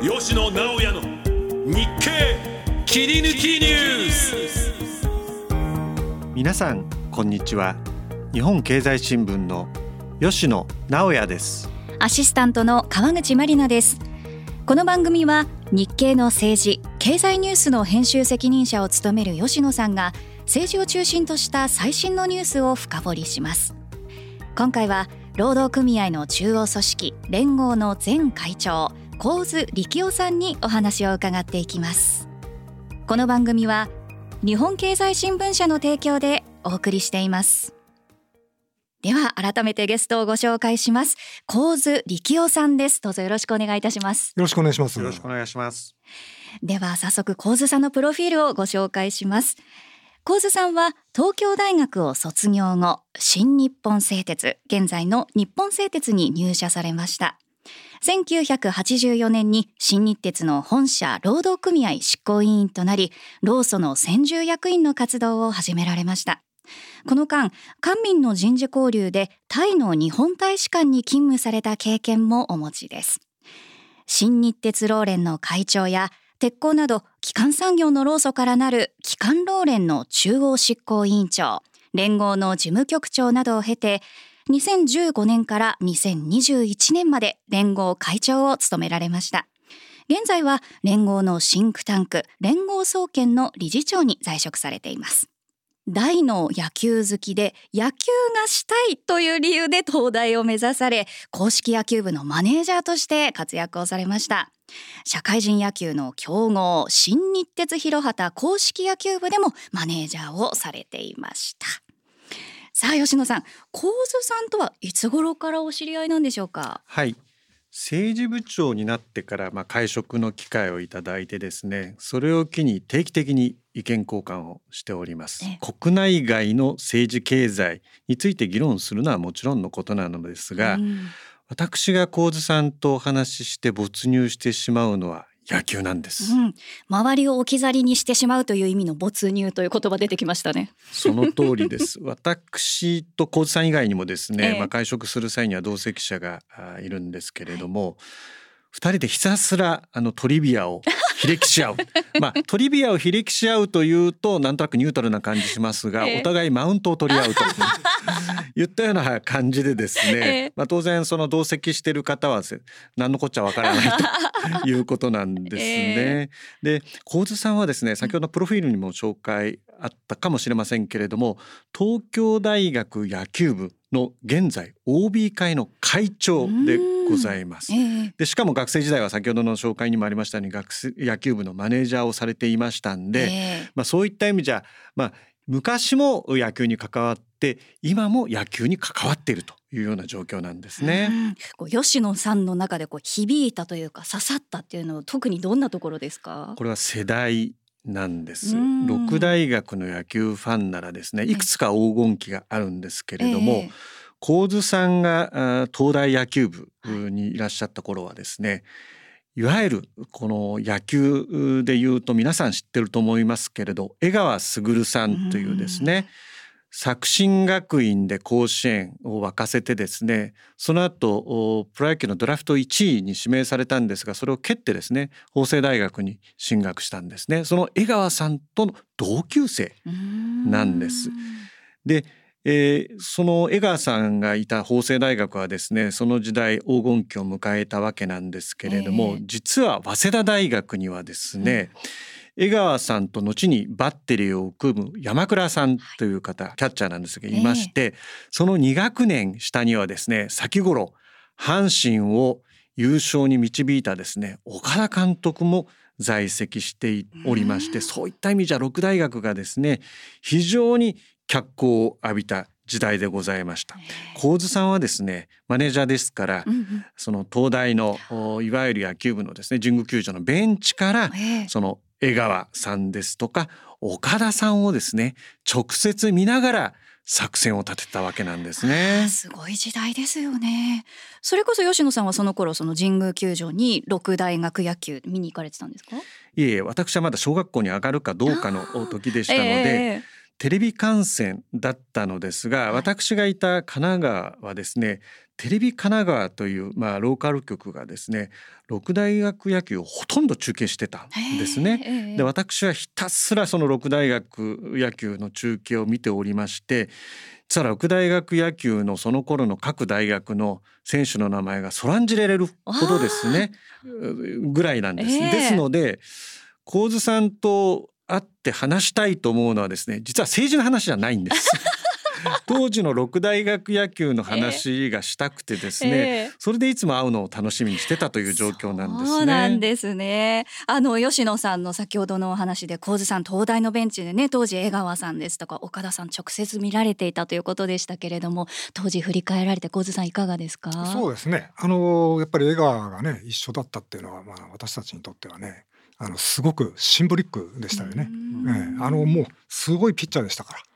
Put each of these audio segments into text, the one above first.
吉野直哉の日経切り抜きニュース。 皆さんこんにちは。日本経済新聞の吉野直哉です。 アシスタントの川口まりなです。この番組は日経の政治経済ニュースの編集責任者を務める吉野さんが政治を中心とした最新のニュースを深掘りします。今回は労働組合の中央組織連合の前会長神津力夫さんにお話を伺っていきます。この番組は日本経済新聞社の提供でお送りしています。では改めてゲストをご紹介します。神津力夫さんです。どうぞよろしくお願いいたします。 よろしくお願いします。 よろしくお願いします。 では早速神津さんのプロフィールをご紹介します。神津さんは東京大学を卒業後、新日本製鉄、現在の日本製鉄に入社されました。1984年に新日鉄の本社労働組合執行委員となり、労組の専従役員の活動を始められました。この間、官民の人事交流でタイの日本大使館に勤務された経験もお持ちです。新日鉄労連の会長や鉄鋼など基幹産業の労組からなる基幹労連の中央執行委員長、連合の事務局長などを経て、2015年から2021年まで連合会長を務められました。現在は連合のシンクタンク連合総研の理事長に在職されています。大の野球好きで野球がしたいという理由で東大を目指され、硬式野球部のマネージャーとして活躍をされました。社会人野球の強豪新日鉄広畑硬式野球部でもマネージャーをされていました。さあ吉野さん、神津さんとはいつ頃からお知り合いなんでしょうか？ はい、政治部長になってから会食の機会をいただいてですね、それを機に定期的に意見交換をしております。国内外の政治経済について議論するのはもちろんのことなのですが、私が神津さんとお話しして没入してしまうのは野球なんです。 周りを置き去りにしてしまうという意味の没入という言葉出てきましたね。 その通りです。私と神津さん以外にもですね、会食する際には同席者がいるんですけれども、2人でひたすらトリビアをひれきし合うトリビアをひれきし合うというとなんとなくニュートラルな感じしますが、お互いマウントを取り合うと言ったような感じでですね、当然その同席している方は何のこっちゃわからないということなんですね。で、神津さんはですね、先ほどプロフィールにも紹介あったかもしれませんけれども、東京大学野球部の現在 OB 会の会長でございます。でしかも学生時代は先ほどの紹介にもありましたように野球部のマネージャーをされていましたんで、そういった意味じゃ、昔も野球に関わって今も野球に関わっているというような状況なんですね。 吉野さんの中で響いたというか刺さったっていうのは特にどんなところですか？ これは世代なんです。六大学の野球ファンならですね、いくつか黄金期があるんですけれども、神津さんが東大野球部にいらっしゃった頃はですね、いわゆるこの野球でいうと皆さん知ってると思いますけれど、江川卓さんというですね、作新学院で甲子園を沸かせてですね、その後プロ野球のドラフト1位に指名されたんですが、それを蹴ってですね法政大学に進学したんですね。その江川さんとの同級生なんです。で、その江川さんがいた法政大学はですね、その時代黄金期を迎えたわけなんですけれども、実は早稲田大学にはですね、江川さんと後にバッテリーを組む山倉さんという方、キャッチャーなんですがいまして、その2学年下にはですね、先頃阪神を優勝に導いたですね岡田監督も在籍しておりまして、そういった意味じゃ六大学がですね非常に脚光を浴びた時代でございました。神津さんはですねマネージャーですから、その東大のいわゆる野球部のですね神宮球場のベンチから、その江川さんですとか岡田さんをですね直接見ながら作戦を立てたわけなんですね。 すごい時代ですよね。それこそ吉野さんはその頃その神宮球場に六大学野球見に行かれてたんですか？ いえいえ、私はまだ小学校に上がるかどうかの時でしたので、 テレビ観戦だったのですが、私がいた神奈川はですね、テレビ神奈川という、ローカル局がですね、六大学野球をほとんど中継してたんですね。で、私はひたすらその六大学野球の中継を見ておりまして、実は六大学野球のその頃の各大学の選手の名前がそらんじれれるほどですねぐらいなんです。ですので、神津さんと会って話したいと思うのはですね、実は政治の話じゃないんです当時の六大学野球の話がしたくてですね、それでいつも会うのを楽しみにしてたという状況なんですね。 そうなんですね。吉野さんの先ほどのお話で、神津さん東大のベンチでね、当時江川さんですとか岡田さん直接見られていたということでしたけれども、当時振り返られて神津さんいかがですか？ そうですね、やっぱり江川がね一緒だったっていうのは、私たちにとってはね、すごくシンボリックでしたよね。もうすごいピッチャーでしたから。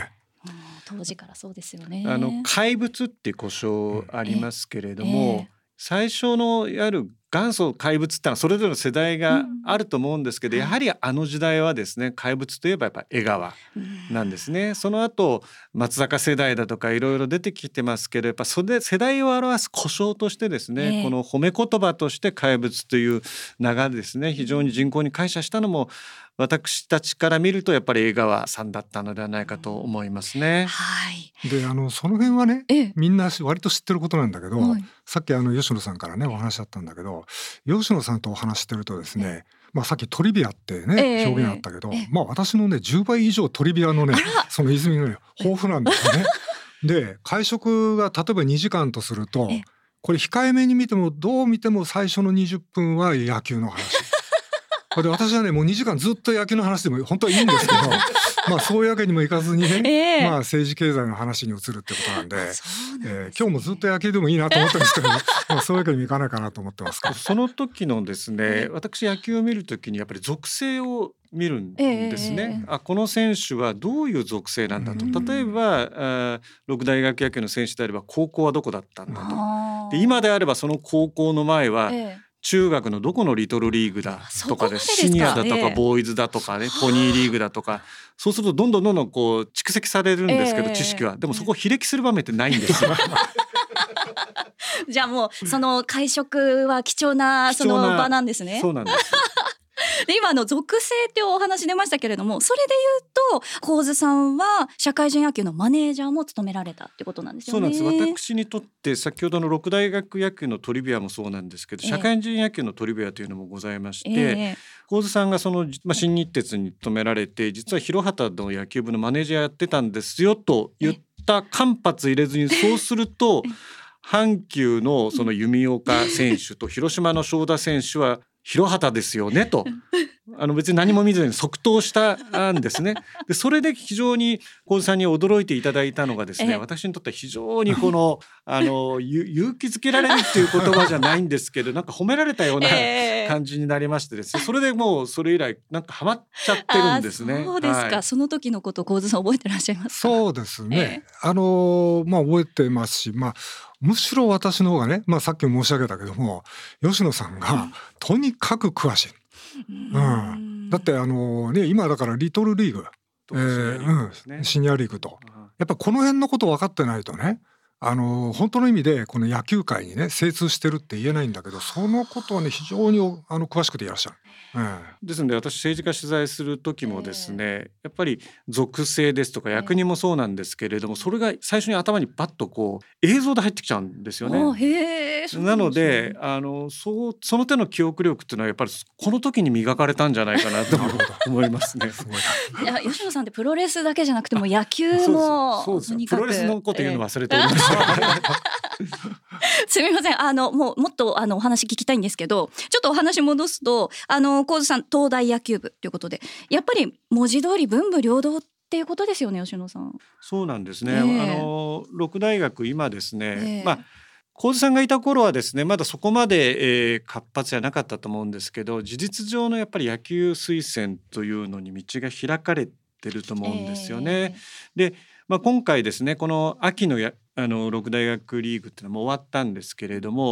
当時からそうですよね。 怪物っていう呼称ありますけれども、最初のやる元祖怪物ってのはそれぞれの世代があると思うんですけど、やはりあの時代はですね、怪物といえばやっぱ江川なんですね。その後松坂世代だとかいろいろ出てきてますけど、やっぱそれで世代を表す呼称としてですね、この褒め言葉として怪物という名がですね、非常に人口に感謝したのも私たちから見るとやっぱり江川さんだったのではないかと思いますね。 でその辺はね、みんな割と知ってることなんだけど、さっき吉野さんからねお話あったんだけど、吉野さんとお話してるとですね、さっきトリビアってね、表現あったけど、私のね10倍以上トリビアのねその泉が、豊富なんですよね。で会食が例えば2時間とすると、これ控えめに見てもどう見ても最初の20分は野球の話で、私はねもう2時間ずっと野球の話でも本当はいいんですけどそういうわけにもいかずにね、政治経済の話に移るってことなんで、今日もずっと野球でもいいなと思ってるんですけどそういうわけにもいかないかなと思ってますから。 その時のですね、私野球を見る時にやっぱり属性を見るんですね。この選手はどういう属性なんだと。例えば六大学野球の選手であれば高校はどこだったんだと。で今であればその高校の前は、中学のどこのリトルリーグだとかで、シニアだとかボーイズだとかね、ポニーリーグだとか、そうするとどんどんこう蓄積されるんですけど、知識はでもそこを比歴する場面ってないんですよじゃあもうその会食は貴重なその場なんですね。 そうなんですで今属性っていうお話出ましたけれども、それで言うと神津さんは社会人野球のマネージャーも務められたってことなんですよね。 そうなんです。私にとって先ほどの六大学野球のトリビアもそうなんですけど、社会人野球のトリビアというのもございまして、神津さんがその、新日鉄に勤められて、実は広畑の野球部のマネージャーやってたんですよと言った間髪入れずに、そうすると阪急のその弓岡選手と広島の正田選手は広畑ですよねと別に何も見ずに即答したんですね。でそれで非常に神津さんに驚いていただいたのがですね、私にとっては非常にこの勇気づけられるっていう言葉じゃないんですけど、なんか褒められたような感じになりましてですね、それでもうそれ以来なんかハマっちゃってるんですね。 そうですか、その時のこと神津さん覚えてらっしゃいますか？ そうですね、覚えてますし、むしろ私の方がね、さっきも申し上げたけども、吉野さんがとにかく詳しい。だって今だからリトルリーグ、シニアリーグと、やっぱこの辺のこと分かってないとね、本当の意味でこの野球界にね精通してるって言えないんだけど、そのことはね非常に詳しくていらっしゃる。 ですので私政治家取材する時もですね、やっぱり属性ですとか役人もそうなんですけれども、それが最初に頭にバッとこう映像で入ってきちゃうんですよね。なのでその手の記憶力っていうのはやっぱりこの時に磨かれたんじゃないかなと思いますね。 いや吉野さんってプロレスだけじゃなくても野球もとにかくプロレスのこと言うの忘れておりましたすみません、もっとお話聞きたいんですけど、ちょっとお話戻すと神津さん東大野球部ということで、やっぱり文字通り文武両道っていうことですよね、吉野さん。 そうなんですね。六大学今ですね、神津さんがいた頃はですねまだそこまで、活発じゃなかったと思うんですけど、事実上のやっぱり野球推薦というのに道が開かれてると思うんですよね。で、今回ですねこの秋の六大学リーグっていうのも終わったんですけれども、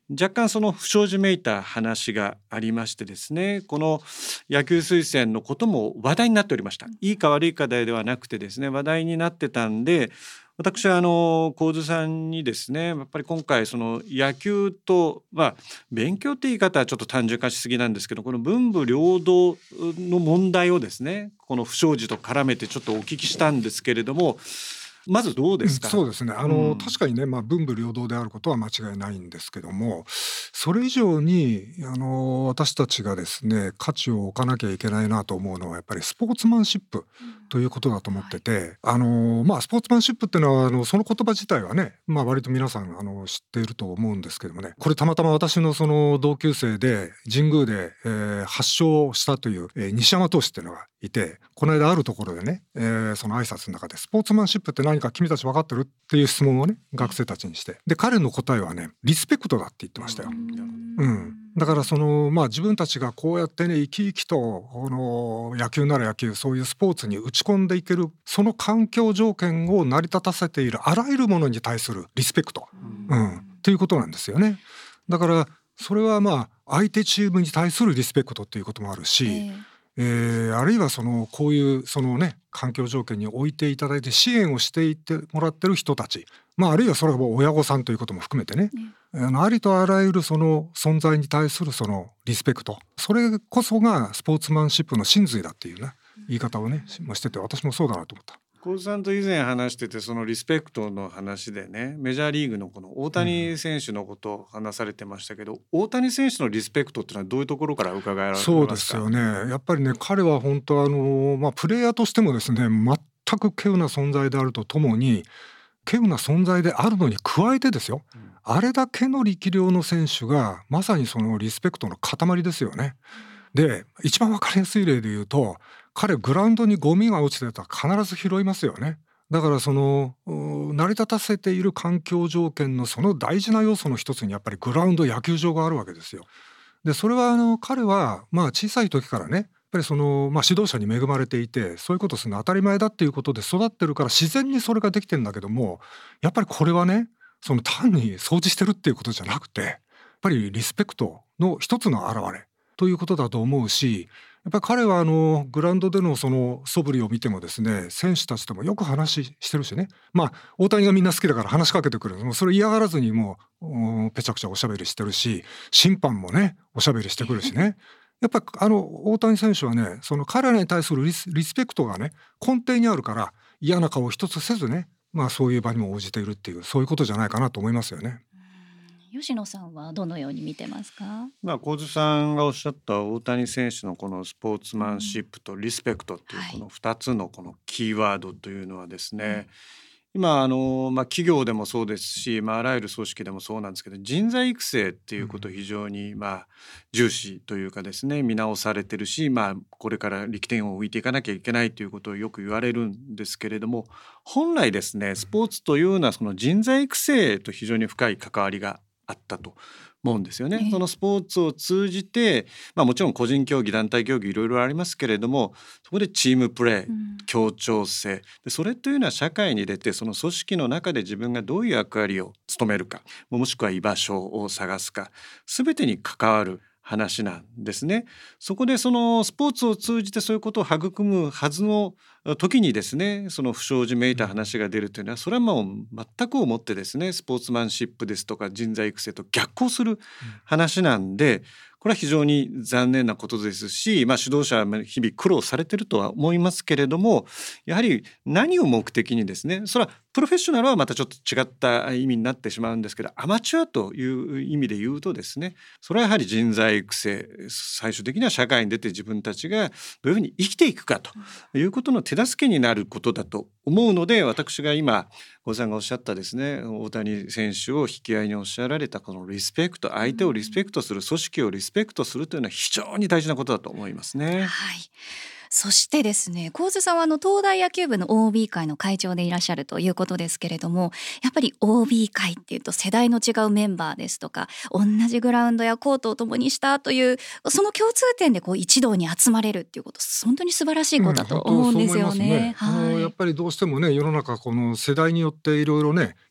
若干その不祥事めいた話がありましてですね、この野球推薦のことも話題になっておりました。いいか悪いかではなくてですね、話題になってたんで、私は神津さんにですね、やっぱり今回その野球と、勉強って言い方はちょっと単純化しすぎなんですけど、この文武両道の問題をですね、この不祥事と絡めてちょっとお聞きしたんですけれども、まずどうですか？ そうですね、確かにね、文武両道であることは間違いないんですけども、それ以上に私たちがですね価値を置かなきゃいけないなと思うのはやっぱりスポーツマンシップということだと思ってて、スポーツマンシップっていうのはその言葉自体はね、割と皆さん知っていると思うんですけどもね、これたまたま私のその同級生で神宮で、発祥したという、西山投手っていうのがいて、この間あるところでね、その挨拶の中でスポーツマンシップって何か君たち分かってるっていう質問をね学生たちにして、で彼の答えはねリスペクトだって言ってましたよ。だから自分たちがこうやってね生き生きと野球なら野球、そういうスポーツに打ち込んでいけるその環境条件を成り立たせているあらゆるものに対するリスペクト、っていうことなんですよね。だからそれは相手チームに対するリスペクトっていうこともあるし、あるいはこういう環境条件に置いていただいて支援をしていってもらってる人たち、あるいはそれは親御さんということも含めてね、ありとあらゆるその存在に対するそのリスペクト、それこそがスポーツマンシップの真髄だっていうね言い方をねしてて、私もそうだなと思った。 神津さんと以前話してて、そのリスペクトの話でね、メジャーリーグのこの大谷選手のことを話されてましたけど、大谷選手のリスペクトっていうのはどういうところから伺えられますか？ そうですよね、やっぱりね彼は本当プレイヤーとしてもですね全く稀有な存在であるとともに、稀有な存在であるのに加えてですよ、あれだけの力量の選手がまさにそのリスペクトの塊ですよね。で一番わかりやすい例で言うと、彼グラウンドにゴミが落ちてたら必ず拾いますよね。だから成り立たせている環境条件のその大事な要素の一つにやっぱりグラウンド、野球場があるわけですよ。でそれは彼は小さい時からねやっぱり指導者に恵まれていて、そういうことをするの当たり前だっていうことで育ってるから自然にそれができてるんだけども、やっぱりこれはね単に掃除してるっていうことじゃなくて、やっぱりリスペクトの一つの表れということだと思うし、やっぱり彼はグラウンドでのその素振りを見てもですね、選手たちともよく話してるしね、大谷がみんな好きだから話しかけてくる、もうそれ嫌がらずにもうぺちゃくちゃおしゃべりしてるし、審判もねおしゃべりしてくるしねやっぱり大谷選手はね彼らに対するリスペクトがね根底にあるから、嫌な顔一つせずねそういう場にも応じているっていう、そういうことじゃないかなと思いますよね。 吉野さんはどのように見てますか？ 神津さんがおっしゃった大谷選手のこのスポーツマンシップとリスペクトっていうこの2つのこのキーワードというのはですね、今企業でもそうですし、あらゆる組織でもそうなんですけど、人材育成っていうことを非常に重視というかですね見直されてるし、これから力点を置いていかなきゃいけないということをよく言われるんですけれども、本来ですねスポーツというのはその人材育成と非常に深い関わりがあったと思うんですよね。そのスポーツを通じて、もちろん個人競技団体競技いろいろありますけれども、そこでチームプレー、協調性で、それというのは社会に出てその組織の中で自分がどういう役割を務めるか、もしくは居場所を探すか、全てに関わる話なんですね。そこでそのスポーツを通じてそういうことを育むはずの時にですね、その不祥事めいた話が出るというのは、それはもう全くをもってですねスポーツマンシップですとか人材育成と逆行する話なんで、これは非常に残念なことですし、指導者は日々苦労されているとは思いますけれども、やはり何を目的にですね、それはプロフェッショナルはまたちょっと違った意味になってしまうんですけど、アマチュアという意味で言うとですね、それはやはり人材育成、最終的には社会に出て自分たちがどういうふうに生きていくかということの手助けになることだと思うので、私が今小津さんがおっしゃったですね、大谷選手を引き合いにおっしゃられたこのリスペクト、相手をリスペクトする、組織をリスペクトするというのは非常に大事なことだと思いますね。 そしてですね、神津さんは東大野球部の OB 会の会長でいらっしゃるということですけれども、やっぱり OB 会っていうと世代の違うメンバーですとか、同じグラウンドやコートを共にしたというその共通点で一堂に集まれるっていうこと、本当に素晴らしいことだと思うんですよね。 やっぱりどうしてもね世の中この世代によっていろいろね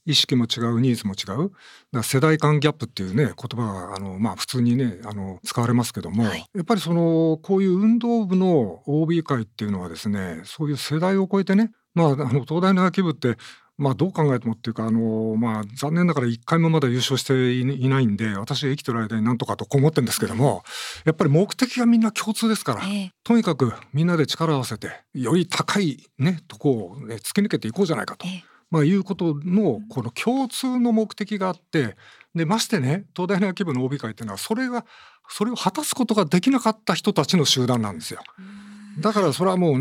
意識も違う、ニーズも違う。だから世代間ギャップっていうね言葉が普通にね使われますけども、やっぱりこういう運動部の OB 会っていうのはですね、そういう世代を超えてね、東大の野球部ってどう考えてもっていうか残念ながら1回もまだ優勝していないんで、私が生きてる間になんとかと思ってるんですけども、やっぱり目的がみんな共通ですから、とにかくみんなで力を合わせてより高いねとこを、突き抜けていこうじゃないかと、いうことのこの共通の目的があって、でましてね東大の野球部の OB 会っていうのはそれを果たすことができなかった人たちの集団なんですよ。だからそれはもう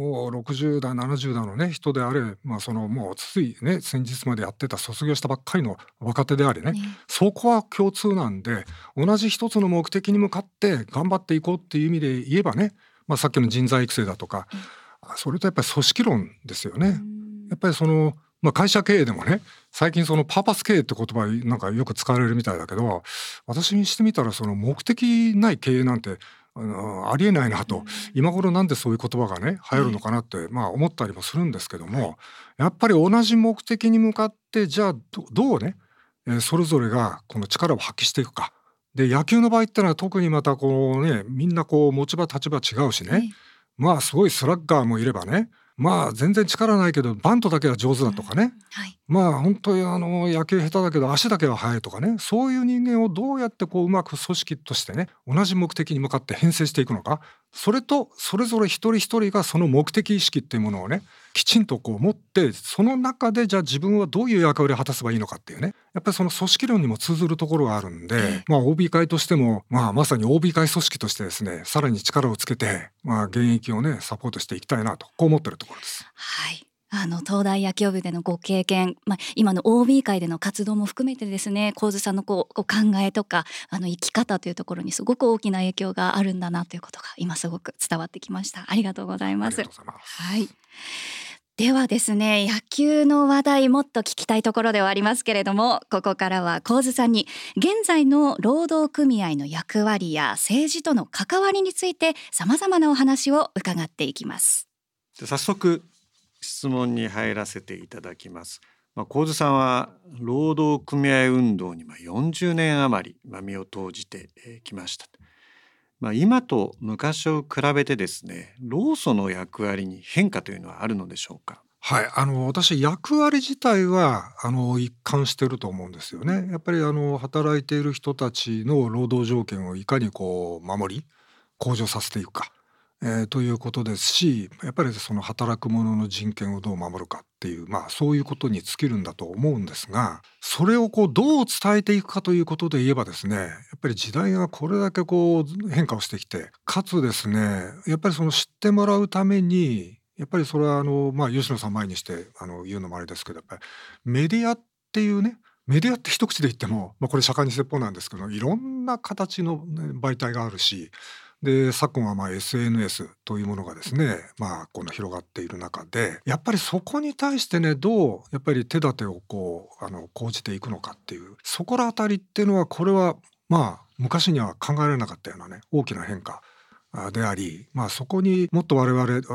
60代70代のね人であれ、もうついね先日までやってた卒業したばっかりの若手であれね、そこは共通なんで、同じ一つの目的に向かって頑張っていこうっていう意味で言えばね、さっきの人材育成だとか、それとやっぱり組織論ですよね。やっぱり会社経営でもね、最近パーパス経営って言葉なんかよく使われるみたいだけど、私にしてみたら目的ない経営なんてありえないなと、今頃なんでそういう言葉がね流行るのかなって思ったりもするんですけども、やっぱり同じ目的に向かってじゃあどうね、それぞれがこの力を発揮していくか。で野球の場合ってのは特にまたみんな持ち場立場違うしね、すごいスラッガーもいればね、全然力ないけどバントだけは上手だとかね、本当に野球下手だけど足だけは速いとかね、そういう人間をどうやってうまく組織としてね同じ目的に向かって編成していくのか、それとそれぞれ一人一人がその目的意識っていうものをねきちんと持って、その中でじゃあ自分はどういう役割を果たせばいいのかっていうね、やっぱりその組織論にも通ずるところがあるんで、OB 会としてもまさに OB 会組織としてですね、さらに力をつけて現役をねサポートしていきたいなと思ってるところです。 はい。東大野球部でのご経験、今の OB 会での活動も含めてですね、神津さんの考えとか生き方というところにすごく大きな影響があるんだなということが今すごく伝わってきました。ありがとうございます。 ありがとうございます。 はい。ではですね、野球の話題もっと聞きたいところではありますけれども、ここからは神津さんに現在の労働組合の役割や政治との関わりについてさまざまなお話を伺っていきます。 早速質問に入らせていただきます。神津さんは労働組合運動に40年余り身を投じてきました。今と昔を比べてですね、労組の役割に変化というのはあるのでしょうか。 はい、私役割自体は一貫してると思うんですよね。やっぱり働いている人たちの労働条件をいかに守り向上させていくか、ということですし、やっぱりその働く者の人権をどう守るかっていう、そういうことに尽きるんだと思うんですが、それをどう伝えていくかということで言えばですね、やっぱり時代がこれだけ変化をしてきて、かつですね、やっぱり知ってもらうためにやっぱりそれは吉野さん前にして言うのもあれですけど、やっぱりメディアっていうね、メディアって一口で言っても、これ釈迦に説法なんですけど、いろんな形の、媒体があるし、で昨今はSNS というものがですね、この広がっている中で、やっぱりそこに対してね、どうやっぱり手立てを講じていくのかっていう、そこらあたりっていうのは、これは昔には考えられなかったようなね大きな変化であり、そこにもっと我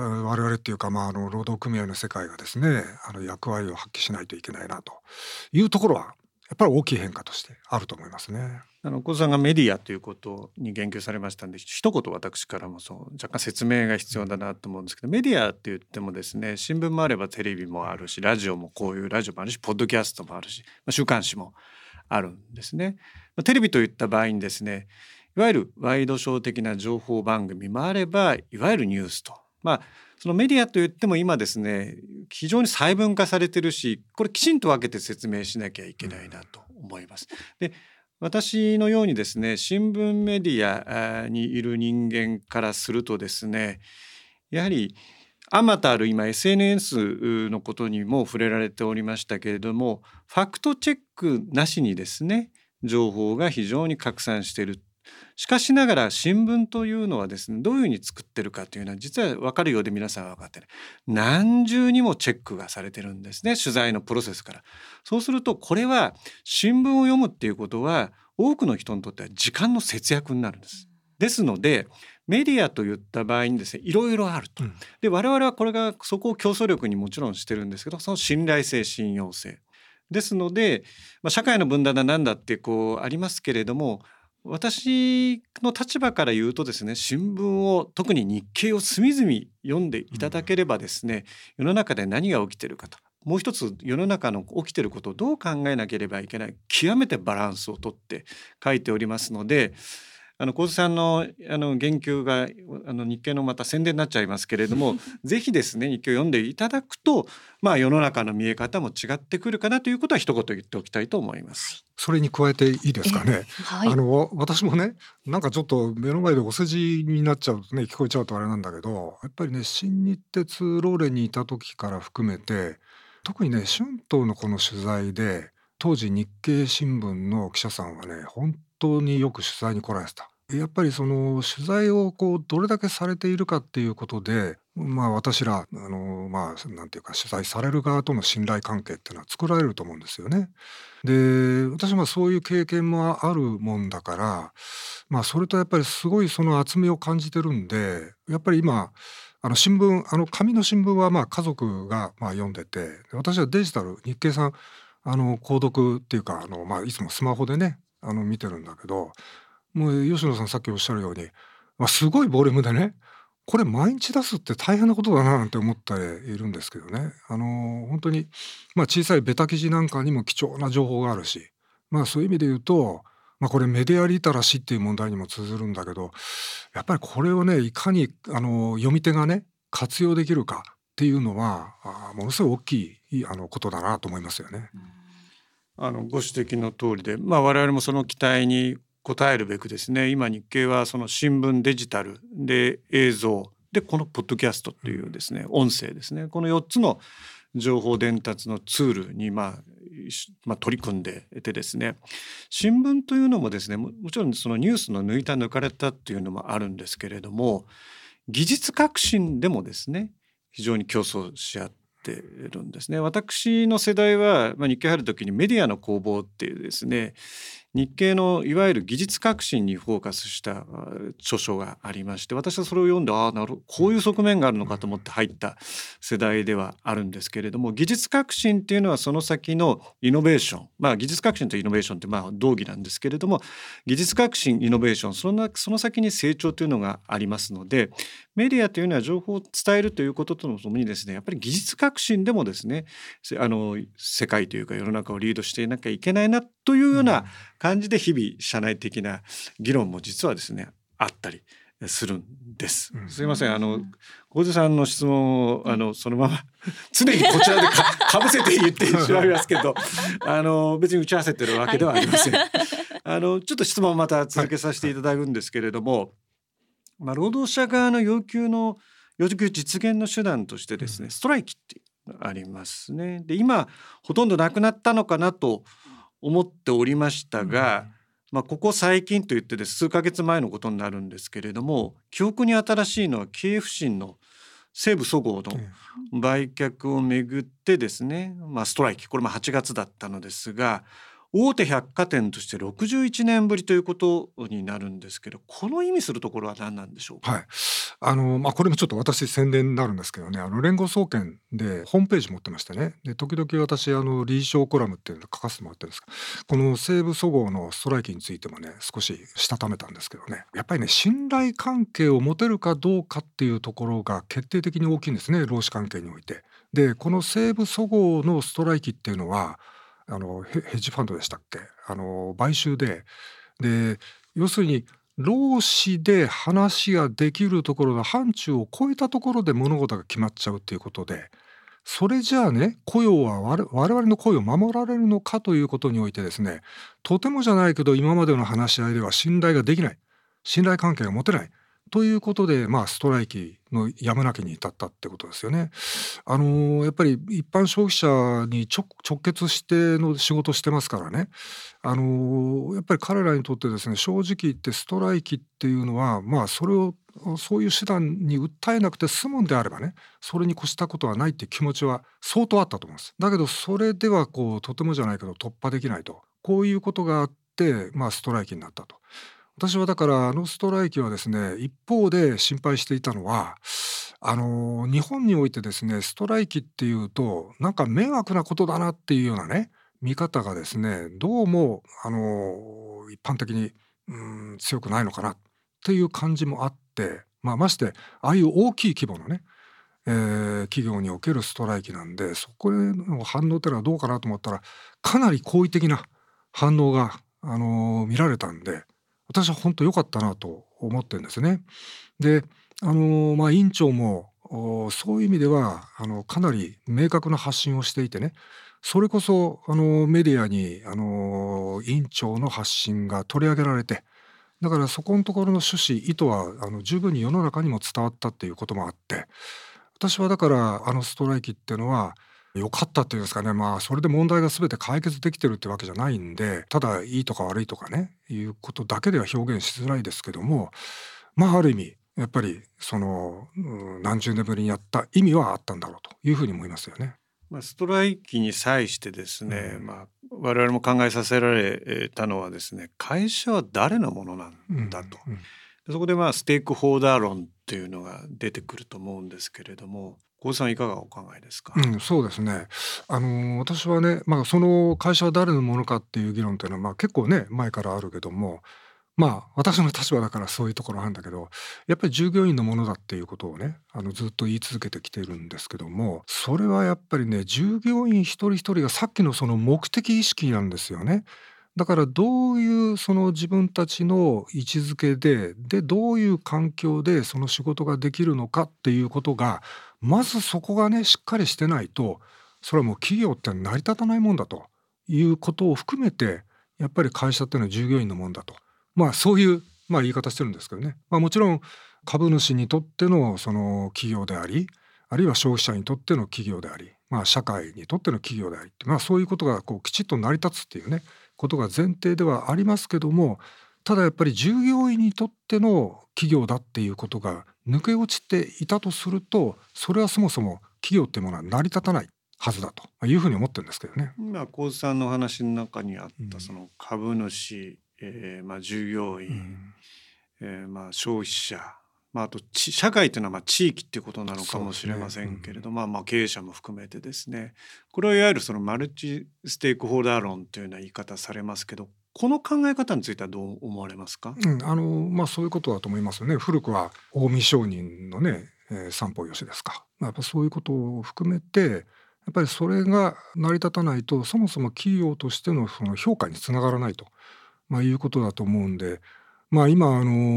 々っていうか、労働組合の世界がですね役割を発揮しないといけないなというところはやっぱり大きい変化としてあると思いますね。 神津さんがメディアということに言及されましたんで、一言私からも若干説明が必要だなと思うんですけど、メディアって言ってもですね、新聞もあればテレビもあるし、ラジオもこういうラジオもあるし、ポッドキャストもあるし、週刊誌もあるんですね。テレビといった場合にですね、いわゆるワイドショー的な情報番組もあれば、いわゆるニュースと、そのメディアといっても今ですね、非常に細分化されてるし、これきちんと分けて説明しなきゃいけないなと思います。で、私のようにですね、新聞メディアにいる人間からするとですね、やはりあまたある今 SNS のことにも触れられておりましたけれども、ファクトチェックなしにですね、情報が非常に拡散している。しかしながら新聞というのはですね、どういうふうに作ってるかというのは実は分かるようで皆さんは分かってない。何重にもチェックがされてるんですね、取材のプロセスから。そうするとこれは新聞を読むっていうことは多くの人にとっては時間の節約になるんです。ですのでメディアといった場合にですね、いろいろあると。で、我々はそこを競争力にもちろんしてるんですけど、その信頼性、信用性ですので、社会の分断だなんだってありますけれども、私の立場から言うとですね、新聞を特に日経を隅々読んでいただければですね、世の中で何が起きているかと、もう一つ世の中の起きていることをどう考えなければいけない、極めてバランスをとって書いておりますので、神津さんの言及が日経のまた宣伝になっちゃいますけれどもぜひですね日経を読んでいただくと、世の中の見え方も違ってくるかなということは一言言っておきたいと思います。 それに加えていいですかね。 はい、 私もね、なんかちょっと目の前でお世辞になっちゃうとね、聞こえちゃうとあれなんだけど、やっぱりね、新日鉄ローレにいた時から含めて、特にね、春闘のこの取材で当時日経新聞の記者さんはね、本当によく取材に来られてた。やっぱりその取材をどれだけされているかっていうことで、私らなんていうか取材される側との信頼関係っていうのは作られると思うんですよね。で、私はそういう経験もあるもんだから、それとやっぱりすごいその厚みを感じてるんで、やっぱり今新聞紙の新聞は家族が読んでて、私はデジタル日経さん購読っていうかいつもスマホでね見てるんだけど、もう吉野さんさっきおっしゃるように、すごいボリュームでね、これ毎日出すって大変なことだななんて思っているんですけどね。本当に小さいベタ記事なんかにも貴重な情報があるし、そういう意味で言うと、これメディアリテラシーっていう問題にも通ずるんだけど、やっぱりこれをねいかに読み手がね活用できるかっていうのはものすごい大きいことだなと思いますよね。 ご指摘の通りで、我々もその期待に応えるべくですね、今日経はその新聞、デジタルで映像でこのポッドキャストというですね、音声ですね、この4つの情報伝達のツールに取り組んでいてですね、新聞というのもですね、もちろんそのニュースの抜いた抜かれたっていうのもあるんですけれども、技術革新でもですね非常に競争し合っているんですね。私の世代は、日経入る時にメディアの攻防っていうですね、日経のいわゆる技術革新にフォーカスした著書がありまして、私はそれを読んでなるほどこういう側面があるのかと思って入った世代ではあるんですけれども、技術革新っていうのはその先のイノベーション、技術革新とイノベーションって同義なんですけれども、技術革新イノベーションその先に成長というのがありますので、メディアというのは情報を伝えるということとともにですね、やっぱり技術革新でもですね世界というか世の中をリードしていなきゃいけないなというような感じで日々社内的な議論も実はですねあったりするんです。すいません、小津さんの質問をそのまま常にこちらでかぶせて言ってしまいますけど別に打ち合わせてるわけではありません。ちょっと質問をまた続けさせていただくんですけれども、労働者側の要求実現の手段としてですね、ストライキってありますね。で、今ほとんどなくなったのかなと思っておりましたが、ここ最近といって数ヶ月前のことになるんですけれども、記憶に新しいのは経営不振の西武そごうの売却をめぐってですね、ストライキ、これも8月だったのですが、大手百貨店として61年ぶりということになるんですけど、この意味するところは何なんでしょうか。 はい、これもちょっと私宣伝になるんですけどね、連合総研でホームページ持ってましてね、で時々私理事長コラムっていうのを書かせてもらってるんですが、この西武そごうのストライキについてもね少ししたためたんですけどね、やっぱりね信頼関係を持てるかどうかっていうところが決定的に大きいんですね、労使関係において。でこの西武そごうのストライキっていうのはヘッジファンドでしたっけ、買収で要するに労使で話ができるところの範疇を超えたところで物事が決まっちゃうっていうことで、それじゃあね雇用は我々の雇用を守られるのかということにおいてですね、とてもじゃないけど今までの話し合いでは信頼ができない、信頼関係が持てないということで、ストライキのやむなきに至ったってことですよね。やっぱり一般消費者に直結しての仕事してますからね、やっぱり彼らにとってですね、正直言ってストライキっていうのはそういう手段に訴えなくて済むんであればね、それに越したことはないっていう気持ちは相当あったと思うんです。だけどそれではとてもじゃないけど突破できないと、こういうことがあって、ストライキになったと。私はだからストライキはですね、一方で心配していたのは日本においてですね、ストライキっていうとなんか迷惑なことだなっていうようなね見方がですねどうも一般的に強くないのかなっていう感じもあって、ましてああいう大きい規模のね、企業におけるストライキなんで、そこへの反応ってのはどうかなと思ったらかなり好意的な反応が、見られたんで、私は本当良かったなと思ってるんですね。で委員長もそういう意味ではかなり明確な発信をしていてね、それこそメディアに委員長の発信が取り上げられて、だからそこのところの趣旨意図は十分に世の中にも伝わったっていうこともあって、私はだからストライキっていうのは良かったっていうんですかね。それで問題が全て解決できてるってわけじゃないんで、ただいいとか悪いとかねいうことだけでは表現しづらいですけども、ある意味やっぱり何十年ぶりにやった意味はあったんだろうというふうに思いますよね。 ストライキに際してですね、我々も考えさせられたのはですね、会社は誰のものなんだと、そこでステークホルダー論っていうのが出てくると思うんですけれども、小津さんいかがお考えですか？ そうですね。私はね、その会社は誰のものかっていう議論というのは結構ね前からあるけども、私の立場だからそういうところあるんだけど、やっぱり従業員のものだっていうことをねずっと言い続けてきているんですけども、それはやっぱりね従業員一人一人がさっきのその目的意識なんですよね。だからどういうその自分たちの位置づけでどういう環境でその仕事ができるのかっていうことが、まずそこがねしっかりしてないと、それはもう企業って成り立たないもんだということを含めて、やっぱり会社っていうのは従業員のもんだと、そういう言い方してるんですけどね。もちろん株主にとってのその企業であり、あるいは消費者にとっての企業であり、社会にとっての企業でありって、そういうことがきちっと成り立つっていうねことが前提ではありますけども、ただやっぱり従業員にとっての企業だっていうことが抜け落ちていたとすると、それはそもそも企業っていうものは成り立たないはずだというふうに思ってるんですけどね。 小津さんのお話の中にあったその株主、従業員、消費者、あと社会というのは地域っていうことなのかもしれませんけれど、経営者も含めてですね、これはいわゆるそのマルチステークホルダー論というような言い方されますけど、この考え方についてはどう思われますか？ そういうことだと思いますよね。古くは近江商人のね、三方よしですか。やっぱそういうことを含めて、やっぱりそれが成り立たないと、そもそも企業としてのその評価につながらないと、いうことだと思うんで、今一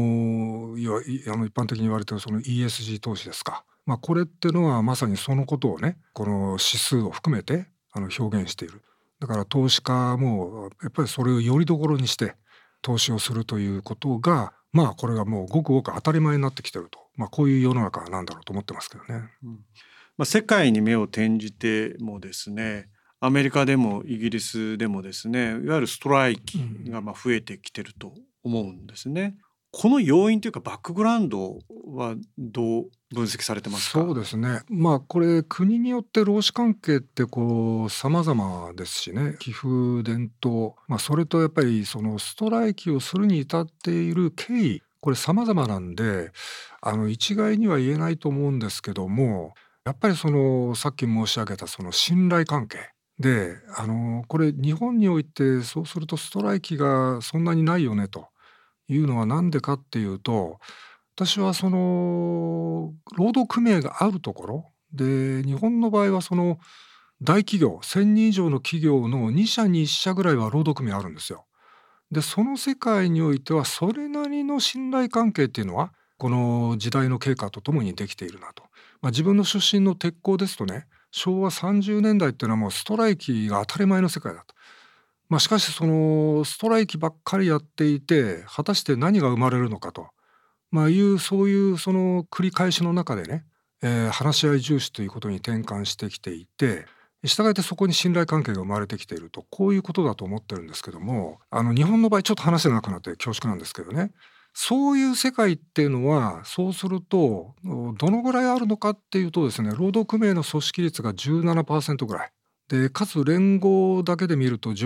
般的に言われているその ESG 投資ですか。これっていうのはまさにそのことをね、この指数を含めて表現している。だから投資家もやっぱりそれをよりどころにして投資をするということが、これがもうごくごく当たり前になってきていると、こういう世の中なんだろうと思ってますけどね。 世界に目を転じてもですね、アメリカでもイギリスでもですね、いわゆるストライキが増えてきてると思うんですね。この要因というかバックグラウンドはどう分析されてますか？ そうですね。これ国によって労使関係って様々ですしね、寄付伝統、それとやっぱりそのストライキをするに至っている経緯、これ様々なんで一概には言えないと思うんですけども、やっぱりそのさっき申し上げたその信頼関係で、これ日本においてそうするとストライキがそんなにないよねというのはなんでかっていうと、私はその労働組合があるところで、日本の場合はその大企業1000人以上の企業の2社に1社ぐらいは労働組合あるんですよ。でその世界においてはそれなりの信頼関係っていうのはこの時代の経過とともにできているなと。自分の出身の鉄工ですとね、昭和30年代っていうのはもうストライキが当たり前の世界だと。しかしそのストライキばっかりやっていて果たして何が生まれるのかと、そういうその繰り返しの中でね、話し合い重視ということに転換してきていて、したがってそこに信頼関係が生まれてきていると、こういうことだと思ってるんですけども、日本の場合ちょっと話せなくなって恐縮なんですけどね、そういう世界っていうのはそうするとどのぐらいあるのかっていうとですね、労働組合の組織率が 17% ぐらいで、かつ連合だけで見ると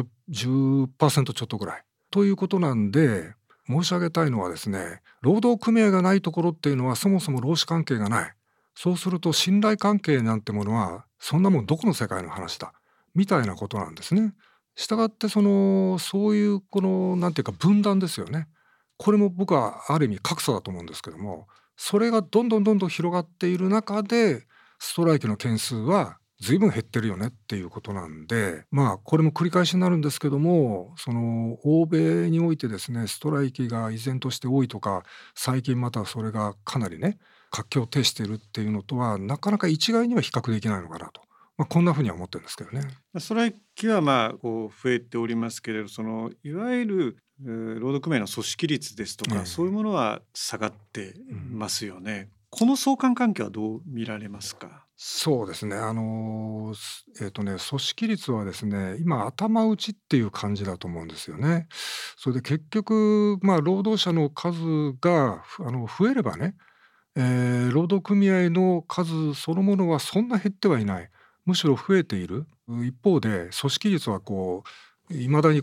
10% ちょっとぐらいということなんで、申し上げたいのはですね、労働組合がないところっていうのはそもそも労使関係がない。そうすると信頼関係なんてものはそんなもんどこの世界の話だみたいなことなんですね。 したがってそういうなんていうか分断ですよね。これも僕はある意味格差だと思うんですけども、それがどんどん広がっている中でストライキの件数は随分減ってるよねっていうことなんで、これも繰り返しになるんですけども、欧米においてですね、ストライキが依然として多いとか、最近またそれがかなりね活況を呈しているっていうのとはなかなか一概には比較できないのかなと、こんなふうには思ってるんですけどね。 ストライキはこう増えておりますけれど、いわゆる労働組合の組織率ですとか、そういうものは下がってますよね。この相関関係はどう見られますか？ そうですね。組織率はですね、今頭打ちっていう感じだと思うんですよね。それで結局、労働者の数が増えればね、労働組合の数そのものはそんな減ってはいない。むしろ増えている。一方で組織率は未だに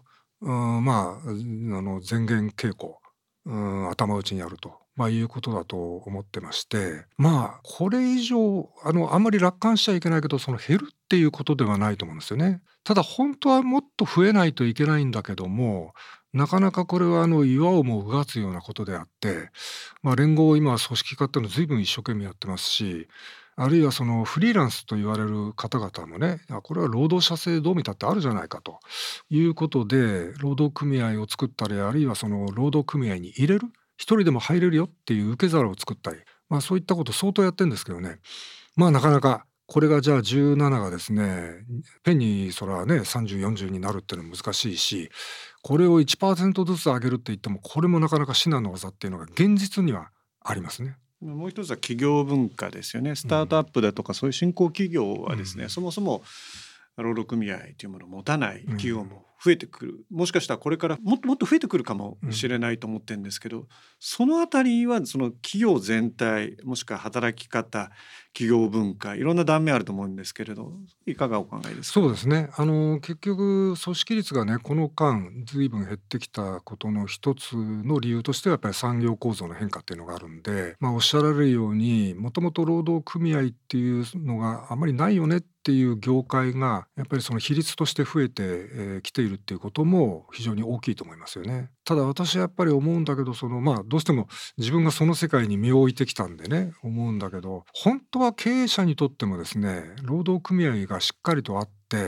前言傾向、頭打ちにあると、いうことだと思ってまして、これ以上あんまり楽観しちゃいけないけど、減るっていうことではないと思うんですよね。ただ本当はもっと増えないといけないんだけども、なかなかこれは岩をもうがつようなことであって、連合今は組織化っていうのを随分一生懸命やってますし、あるいはフリーランスと言われる方々もね、これは労働者制どう見たってあるじゃないかということで、労働組合を作ったり、あるいは労働組合に入れる、一人でも入れるよっていう受け皿を作ったり、そういったこと相当やってるんですけどね、なかなかこれがじゃあ17がですね、ペンにそれはね30、40になるっていうのは難しいし、これを 1% ずつ上げるって言ってもこれもなかなか至難の業っていうのが現実にはありますね。 もう一つは企業文化ですよね。スタートアップだとかそういう新興企業はですね、そもそも労働組合というものを持たない企業も増えてくる、もしかしたらこれからもっと増えてくるかもしれないと思ってるんですけど、そのあたりは企業全体、もしくは働き方、企業文化、いろんな断面あると思うんですけれど、いかがお考えですか？ そうですね。結局組織率がねこの間随分減ってきたことの一つの理由としてはやっぱり産業構造の変化っていうのがあるんで、おっしゃられるようにもともと労働組合っていうのがあまりないよねっていう業界がやっぱり比率として増えてきているっていうことも非常に大きいと思いますよね。ただ私はやっぱり思うんだけど、どうしても自分がその世界に身を置いてきたんでね思うんだけど、本当は経営者にとってもですね、労働組合がしっかりとあって、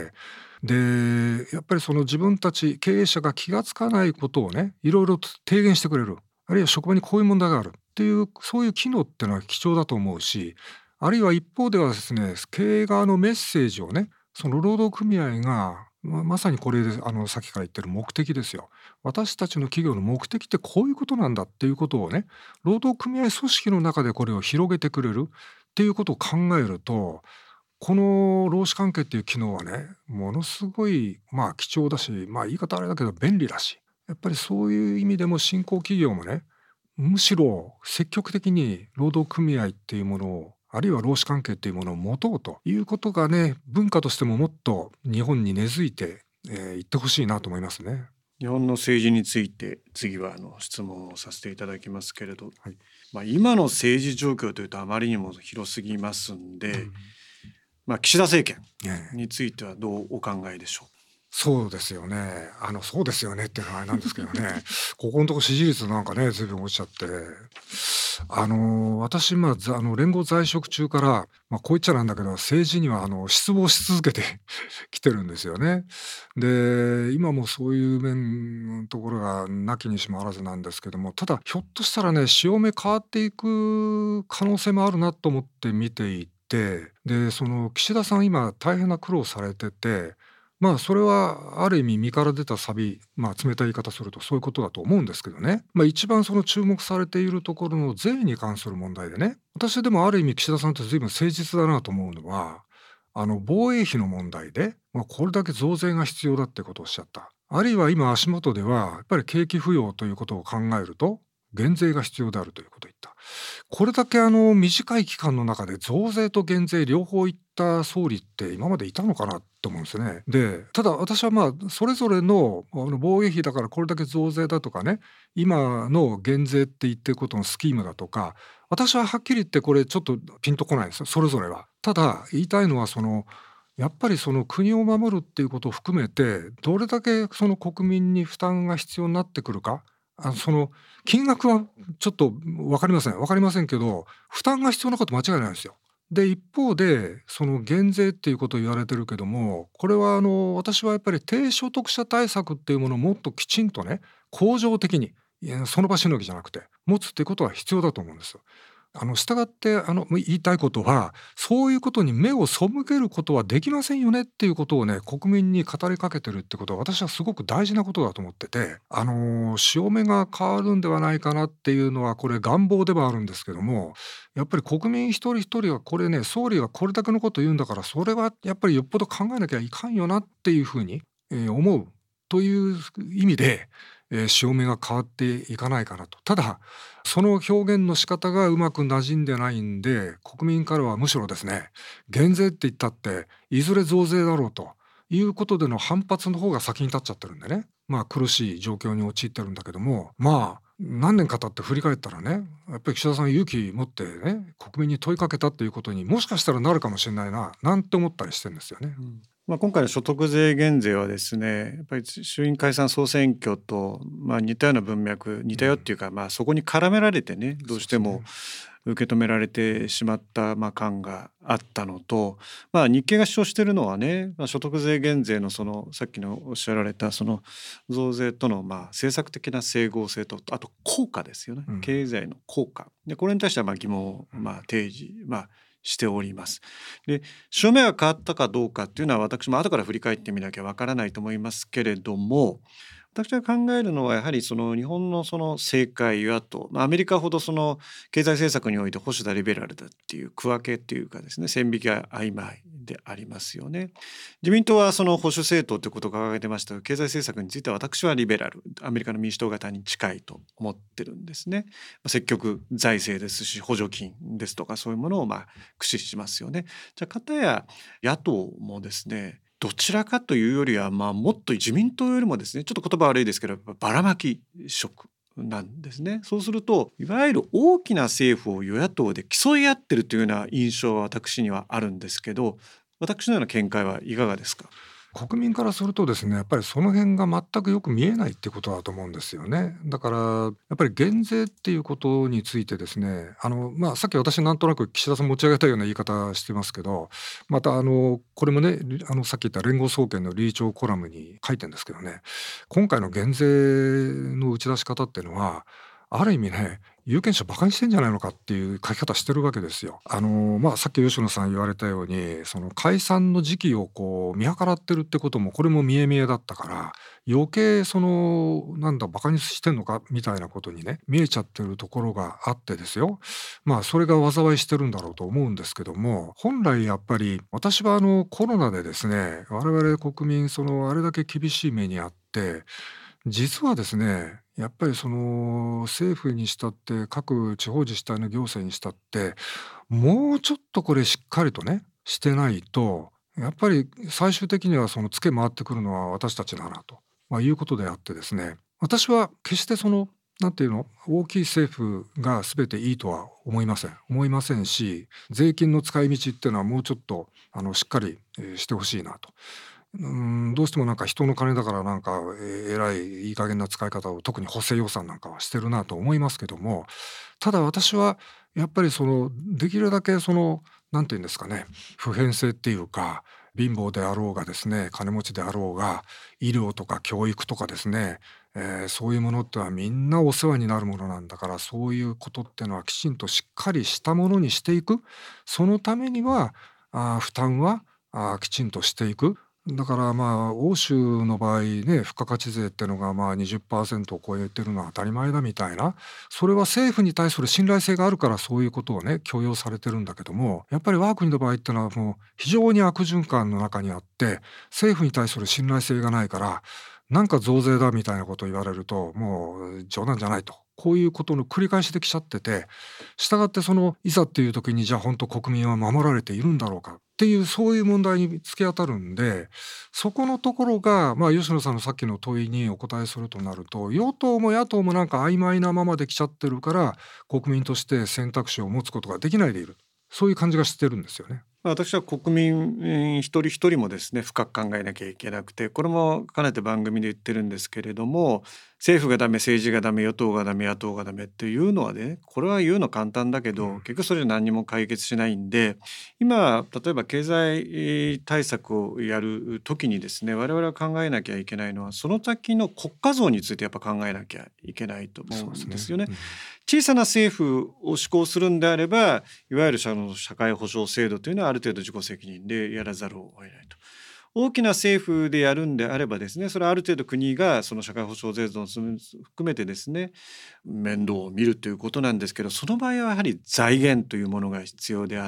でやっぱり自分たち経営者が気がつかないことをねいろいろと提言してくれる、あるいは職場にこういう問題があるっていうそういう機能っていうのは貴重だと思うし、あるいは一方ではですね、経営側のメッセージをね労働組合がまさにこれでさっきから言ってる目的ですよ。私たちの企業の目的ってこういうことなんだっていうことをね、労働組合組織の中でこれを広げてくれるっていうことを考えると、この労使関係っていう機能はねものすごい貴重だし、言い方あれだけど便利だし、やっぱりそういう意味でも新興企業もね、むしろ積極的に労働組合っていうものを、あるいは労使関係っていうものを持とうということがね、文化としてももっと日本に根付いていってほしいなと思いますね。 日本の政治について次は質問をさせていただきますけれど、今の政治状況というとあまりにも広すぎますんで、岸田政権についてはどうお考えでしょう？ そうですよね。そうですよねっていうのはあれなんですけどねここのとこ支持率なんかね随分落ちちゃって、私連合在職中から、こう言っちゃなんだけど政治には失望し続けてきてるんですよね。で今もそういう面のところがなきにしもあらずなんですけども、ただひょっとしたらね潮目変わっていく可能性もあるなと思って見ていて、で岸田さん今大変な苦労されてて、それはある意味身から出たサビ、冷たい言い方するとそういうことだと思うんですけどね、一番注目されているところの税に関する問題でね、私でもある意味岸田さんって随分誠実だなと思うのは、防衛費の問題で、これだけ増税が必要だってことをおっしゃった。あるいは今足元ではやっぱり景気不要ということを考えると減税が必要であるということを言った。これだけ短い期間の中で増税と減税両方言った総理って今までいたのかなと思うんですよね。でただ私はそれぞれの防衛費だからこれだけ増税だとかね、今の減税って言ってることのスキームだとか、私ははっきり言ってこれちょっとピンとこないんですよ、それぞれは。ただ言いたいのはやっぱりその国を守るっていうことを含めてどれだけその国民に負担が必要になってくるか、その金額はちょっと分かりませんけど、負担が必要なこと間違いないですよ。で一方でその減税っていうことを言われてるけども、これは私はやっぱり低所得者対策っていうものをもっときちんとね、恒常的にその場しのぎじゃなくて持つっていうことは必要だと思うんですよ。従って言いたいことは、そういうことに目を背けることはできませんよねっていうことをね、国民に語りかけてるってことは私はすごく大事なことだと思ってて、潮目が変わるんではないかなっていうのはこれ願望ではあるんですけども、やっぱり国民一人一人はこれね、総理がこれだけのこと言うんだから、それはやっぱりよっぽど考えなきゃいかんよなっていうふうに思うという意味で、潮目が変わっていかないかなと。ただその表現の仕方がうまく馴染んでないんで、国民からはむしろですね、減税って言ったっていずれ増税だろうということでの反発の方が先に立っちゃってるんでね、苦しい状況に陥ってるんだけども、何年か経って振り返ったらね、やっぱり岸田さん勇気持ってね、国民に問いかけたっていうことにもしかしたらなるかもしれないななんて思ったりしてるんですよね。 今回の所得税減税はですね、やっぱり衆院解散総選挙と似たような文脈、似たよっていうか、そこに絡められてね、どうしても受け止められてしまった感があったのと、日経が主張しているのはね、所得税減税のそのさっきのおっしゃられたその増税との政策的な整合性と、あと効果ですよね、経済の効果で、これに対しては疑問を提示しております。で、潮目が変わったかどうかっていうのは私も後から振り返ってみなきゃわからないと思いますけれども、私が考えるのはやはりその日本のその政界与野党、アメリカほどその経済政策において保守だリベラルだっていう区分けっていうかですね、線引きが曖昧でありますよね。自民党はその保守政党ということを掲げてましたが、経済政策については私はリベラル、アメリカの民主党型に近いと思ってるんですね。積極財政ですし、補助金ですとかそういうものを駆使しますよね。じゃあ片や野党もですね、どちらかというよりはもっと自民党よりもですね、ちょっと言葉悪いですけどばらまき色なんですね。そうするといわゆる大きな政府を与野党で競い合ってるというような印象は私にはあるんですけど、私のような見解はいかがですか？ 国民からするとですね、やっぱりその辺が全くよく見えないってことだと思うんですよね。だからやっぱり減税っていうことについてですね、さっき私なんとなく岸田さん持ち上げたような言い方してますけど、またこれもね、さっき言った連合総研の理事長コラムに書いてるんですけどね、今回の減税の打ち出し方っていうのはある意味ね、有権者バカにしてんじゃないのかっていう書き方してるわけですよ。さっき吉野さん言われたように、その解散の時期を見計らってるってこともこれも見え見えだったから、余計バカにしてんのかみたいなことにね見えちゃってるところがあってですよ。それが災いしてるんだろうと思うんですけども、本来やっぱり私はコロナでですね、我々国民あれだけ厳しい目にあって、実はですね、やっぱり政府にしたって各地方自治体の行政にしたってもうちょっとこれしっかりとねしてないと、やっぱり最終的にはツケ回ってくるのは私たちだなと、いうことであってですね、私は決してなんていうの、大きい政府が全ていいとは思いませんし、税金の使い道っていうのはもうちょっとしっかりしてほしいなと。どうしても人の金だからえらいいい加減な使い方を特に補正予算なんかはしてるなと思いますけども、ただ私はやっぱりできるだけなんていうんですかね、普遍性っていうか、貧乏であろうがですね、金持ちであろうが、医療とか教育とかですね、そういうものってはみんなお世話になるものなんだから、そういうことっていうのはきちんとしっかりしたものにしていく。そのためには負担はきちんとしていく。だから欧州の場合ね、付加価値税っていうのが20% を超えてるのは当たり前だみたいな、それは政府に対する信頼性があるからそういうことをね許容されてるんだけども、やっぱり我が国の場合っていうのはもう非常に悪循環の中にあって、政府に対する信頼性がないから、増税だみたいなことを言われるともう冗談じゃないと、こういうことの繰り返しできちゃってて、したがっていざっていう時にじゃあ本当国民は守られているんだろうかっていう、そういう問題に突き当たるんで、そこのところが吉野さんのさっきの問いにお答えするとなると、与党も野党も曖昧なままできちゃってるから、国民として選択肢を持つことができないでいる、そういう感じがしてるんですよね。 私は国民一人一人もですね深く考えなきゃいけなくて、これもかねて番組で言ってるんですけれども、政府がダメ、政治がダメ、与党がダメ、野党がダメっていうのはね、これは言うの簡単だけど、結局それで何にも解決しないんで、今例えば経済対策をやる時にですね、我々が考えなきゃいけないのはその先の国家像についてやっぱ考えなきゃいけないと思うんですよね。小さな政府を施行するんであれば、いわゆる社会保障制度というのはある程度自己責任でやらざるを得ないと。大きな政府でやるんであればですね、それはある程度国がその社会保障制度を含めてですね面倒を見るということなんですけど、その場合はやはり財源というものが必要であって、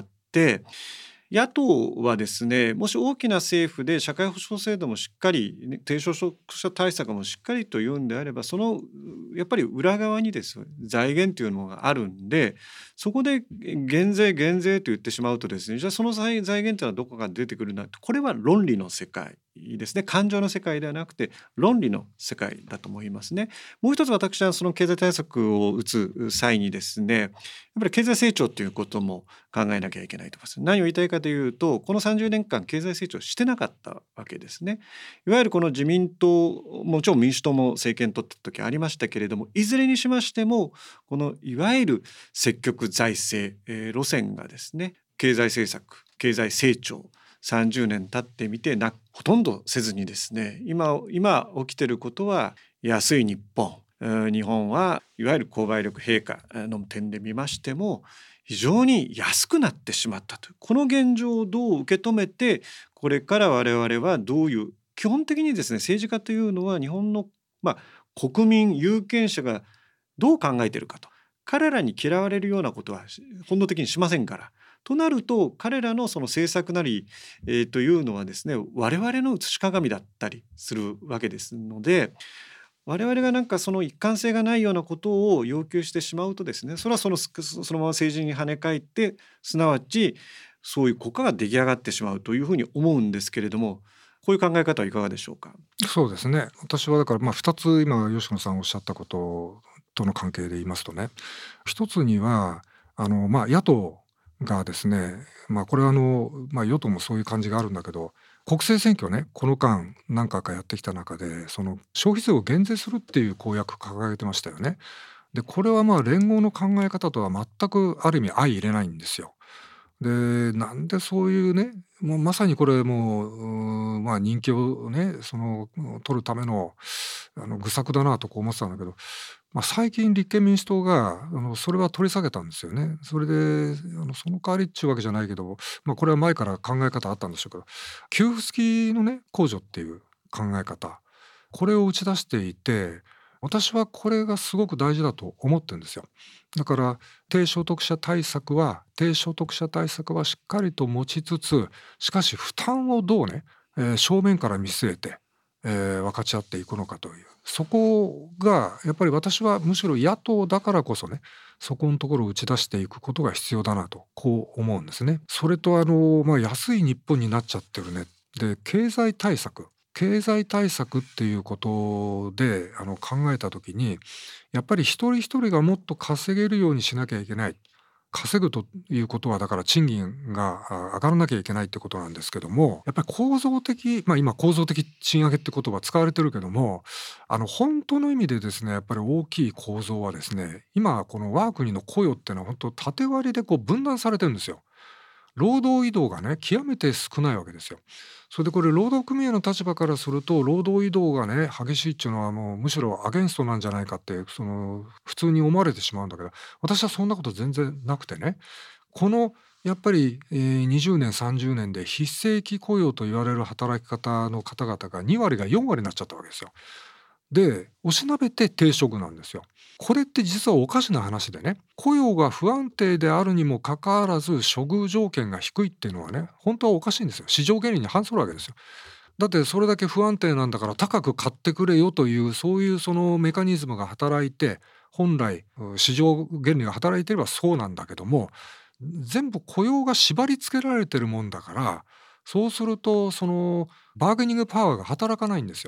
野党はですね、もし大きな政府で社会保障制度もしっかり、低所得者対策もしっかりというんであれば、そのやっぱり裏側にです財源というのがあるんで、そこで減税と言ってしまうとですね、じゃあその財源というのはどこから出てくるんだと、これは論理の世界ですね。感情の世界ではなくて論理の世界だと思いますね。もう一つ私はその経済対策を打つ際にですね、やっぱり経済成長ということも考えなきゃいけないと思います。何を言いたいかというと、この30年間経済成長してなかったわけですね。いわゆるこの自民党、もちろん民主党も政権取った時ありましたけれども、いずれにしましてもこのいわゆる積極財政、路線がですね、経済政策、経済成長30年経ってみてほとんどせずにですね、今起きていることは安い日本、日本はいわゆる購買力陛下の点で見ましても非常に安くなってしまったという、この現状をどう受け止めて、これから我々はどういう、基本的にですね政治家というのは日本の、国民有権者がどう考えているかと、彼らに嫌われるようなことは本能的にしませんから。となると彼らのその政策なり、というのはですね、我々の写し鏡だったりするわけですので、我々がなんかその一貫性がないようなことを要求してしまうとですね、それはそのまま政治に跳ね返って、すなわちそういう国家が出来上がってしまうというふうに思うんですけれども、こういう考え方はいかがでしょうか。 そうですね。私はだから2つ今吉野さんおっしゃったこととの関係で言いますとね、一つには野党がですね、これは与党もそういう感じがあるんだけど、国政選挙ね、この間何回かやってきた中でその消費税を減税するっていう公約掲げてましたよね。でこれは連合の考え方とは全くある意味相入れないんですよ。でなんでそういうね、もうまさにこれもう人気をね取るための愚策だなと思ってたんだけど、最近立憲民主党がそれは取り下げたんですよね。それでその代わりっちゅうわけじゃないけど、これは前から考え方あったんでしょうけど、給付付きのね控除っていう考え方、これを打ち出していて、私はこれがすごく大事だと思ってるんですよ。だから低所得者対策はしっかりと持ちつつ、しかし負担をどうね、正面から見据えて、分かち合っていくのかという、そこがやっぱり私はむしろ野党だからこそね、そこのところを打ち出していくことが必要だなとこう思うんですね。それと安い日本になっちゃってるね。で経済対策っていうことで考えた時に、やっぱり一人一人がもっと稼げるようにしなきゃいけない。稼ぐということはだから賃金が上がらなきゃいけないってことなんですけども、やっぱり構造的、今構造的賃上げって言葉使われてるけども、本当の意味でですね、やっぱり大きい構造はですね、今この我が国の雇用っていうのは本当縦割りで分断されてるんですよ。労働移動がね極めて少ないわけですよ。それでこれ労働組合の立場からすると、労働移動がね激しいっていうのはもうむしろアゲンストなんじゃないかって普通に思われてしまうんだけど、私はそんなこと全然なくてね、このやっぱり20年30年で非正規雇用と言われる働き方の方々が2割が4割になっちゃったわけですよ。でおしなべて低所得なんですよ。これって実はおかしな話でね、雇用が不安定であるにもかかわらず処遇条件が低いっていうのはね、本当はおかしいんですよ。市場原理に反するわけですよ。だってそれだけ不安定なんだから高く買ってくれよという、そういうそのメカニズムが働いて、本来市場原理が働いていればそうなんだけども、全部雇用が縛り付けられてるもんだから、そうするとそのバーゲニングパワーが働かないんですよ。